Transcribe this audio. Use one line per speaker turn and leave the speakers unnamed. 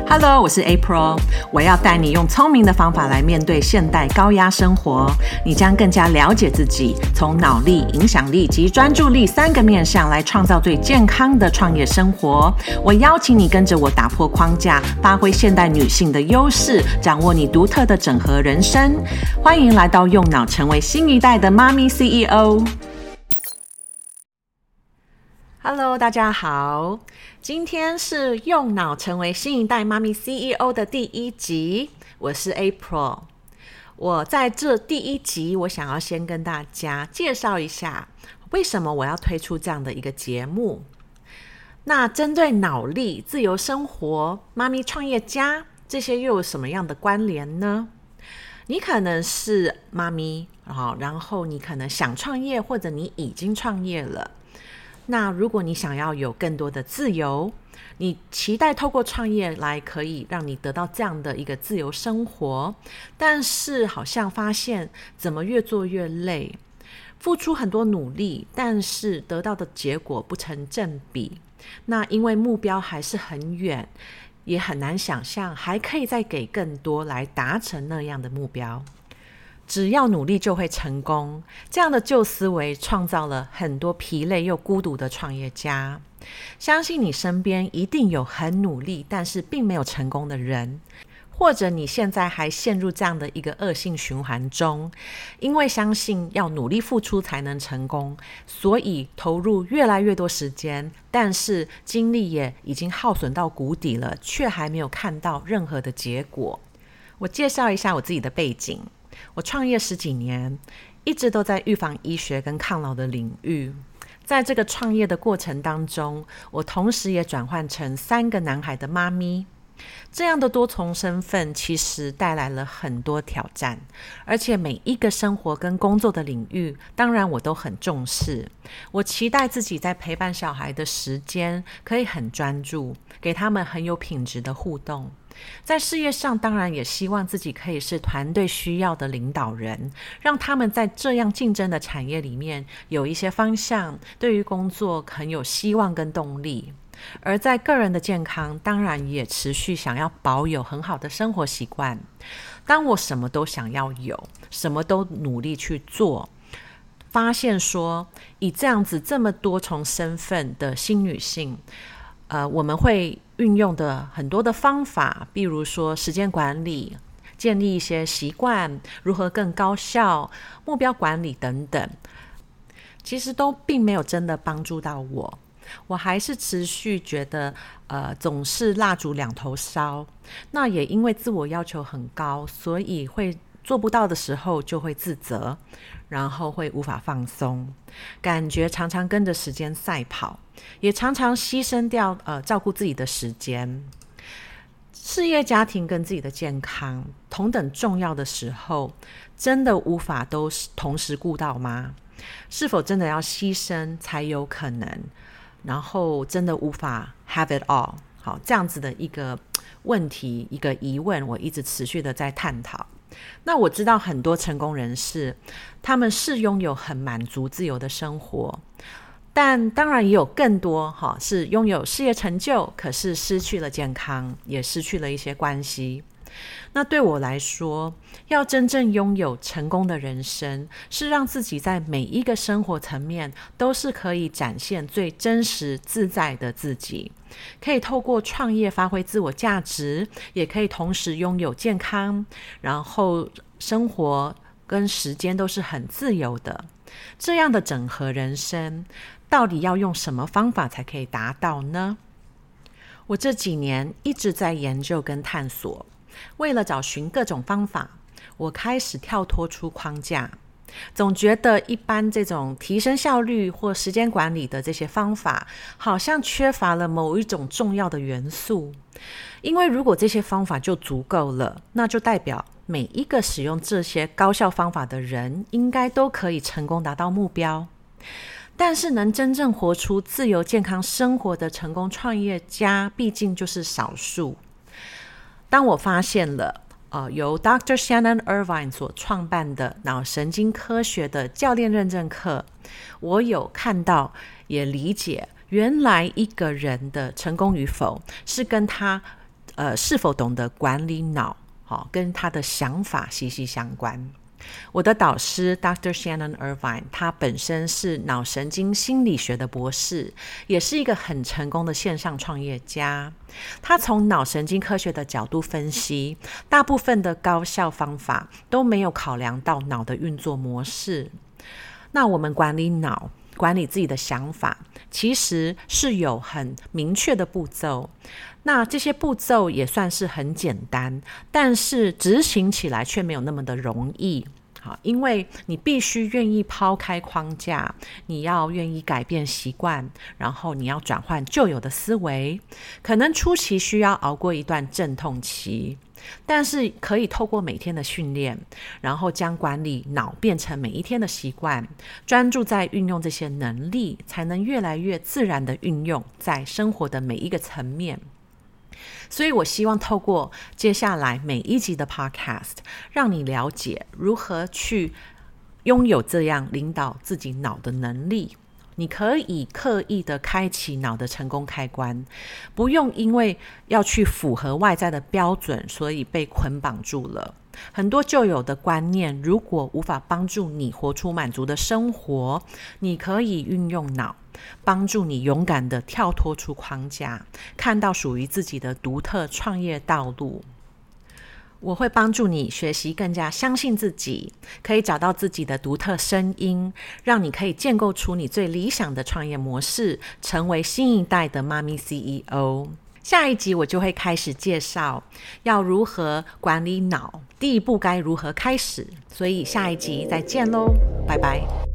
Hello， 我是 April， 我要带你用聪明的方法来面对现代高压生活，你将更加了解自己，从脑力、影响力及专注力3个面向来创造最健康的创业生活。我邀请你跟着我打破框架，发挥现代女性的优势，掌握你独特的整合人生。欢迎来到用脑成为新一代的妈咪 CEO。Hello， 大家好，今天是用脑成为新一代妈咪 CEO 的第1集，我是 April。我在这第1集，我想要先跟大家介绍一下，为什么我要推出这样的一个节目。那针对脑力、自由生活、妈咪创业家，这些又有什么样的关联呢？你可能是妈咪，然后你可能想创业，或者你已经创业了。那如果你想要有更多的自由，你期待透过创业来可以让你得到这样的一个自由生活，但是好像发现怎么越做越累，付出很多努力，但是得到的结果不成正比。那因为目标还是很远，也很难想象还可以再给更多来达成那样的目标。只要努力就会成功，这样的旧思维创造了很多疲累又孤独的创业家。相信你身边一定有很努力但是并没有成功的人，或者你现在还陷入这样的一个恶性循环中，因为相信要努力付出才能成功，所以投入越来越多时间，但是精力也已经耗损到谷底了，却还没有看到任何的结果。我介绍一下我自己的背景。我创业10几年，一直都在预防医学跟抗老的领域。在这个创业的过程当中，我同时也转换成3个男孩的妈咪。这样的多重身份其实带来了很多挑战，而且每一个生活跟工作的领域，当然我都很重视。我期待自己在陪伴小孩的时间可以很专注，给他们很有品质的互动。在事业上，当然也希望自己可以是团队需要的领导人，让他们在这样竞争的产业里面有一些方向，对于工作很有希望跟动力。而在个人的健康，当然也持续想要保有很好的生活习惯。当我什么都想要有，什么都努力去做，发现说以这样子这么多重身份的新女性，我们会运用的很多的方法，比如说时间管理，建立一些习惯，如何更高效，目标管理等等，其实都并没有真的帮助到我。我还是持续觉得总是蜡烛2头烧。那也因为自我要求很高，所以会做不到的时候就会自责，然后会无法放松，感觉常常跟着时间赛跑，也常常牺牲掉照顾自己的时间。事业、家庭跟自己的健康同等重要的时候，真的无法都同时顾到吗？是否真的要牺牲才有可能？然后真的无法 have it all？ 好，这样子的一个问题，一个疑问，我一直持续的在探讨。那我知道很多成功人士，他们是拥有很满足自由的生活，但当然也有更多是拥有事业成就，可是失去了健康，也失去了一些关系。那对我来说，要真正拥有成功的人生，是让自己在每一个生活层面都是可以展现最真实自在的自己，可以透过创业发挥自我价值，也可以同时拥有健康，然后生活跟时间都是很自由的。这样的整合人生，到底要用什么方法才可以达到呢？我这几年一直在研究跟探索，为了找寻各种方法，我开始跳脱出框架。总觉得一般这种提升效率或时间管理的这些方法，好像缺乏了某一种重要的元素。因为如果这些方法就足够了，那就代表每一个使用这些高效方法的人，应该都可以成功达到目标。但是能真正活出自由健康生活的成功创业家，毕竟就是少数。当我发现了由 Dr. Shannon Irvine 所创办的脑神经科学的教练认证课，我有看到也理解，原来一个人的成功与否是跟他是否懂得管理脑，跟他的想法息息相关。我的导师 Dr. Shannon Irvine， 他本身是脑神经心理学的博士，也是一个很成功的线上创业家。他从脑神经科学的角度分析，大部分的高效方法都没有考量到脑的运作模式。那我们管理脑，管理自己的想法，其实是有很明确的步骤。那这些步骤也算是很简单，但是执行起来却没有那么的容易。因为你必须愿意抛开框架，你要愿意改变习惯，然后你要转换旧有的思维，可能初期需要熬过一段阵痛期，但是可以透过每天的训练，然后将管理脑变成每一天的习惯，专注在运用这些能力，才能越来越自然的运用在生活的每一个层面。所以我希望透过接下来每一集的 podcast， 让你了解如何去拥有这样领导自己脑的能力。你可以刻意的开启脑的成功开关，不用因为要去符合外在的标准，所以被捆绑住了。很多旧有的观念，如果无法帮助你活出满足的生活，你可以运用脑，帮助你勇敢地跳脱出框架，看到属于自己的独特创业道路。我会帮助你学习更加相信自己，可以找到自己的独特声音，让你可以建构出你最理想的创业模式，成为新一代的妈咪 CEO。下一集我就会开始介绍要如何管理脑，第一步该如何开始，所以下一集再见咯，拜拜。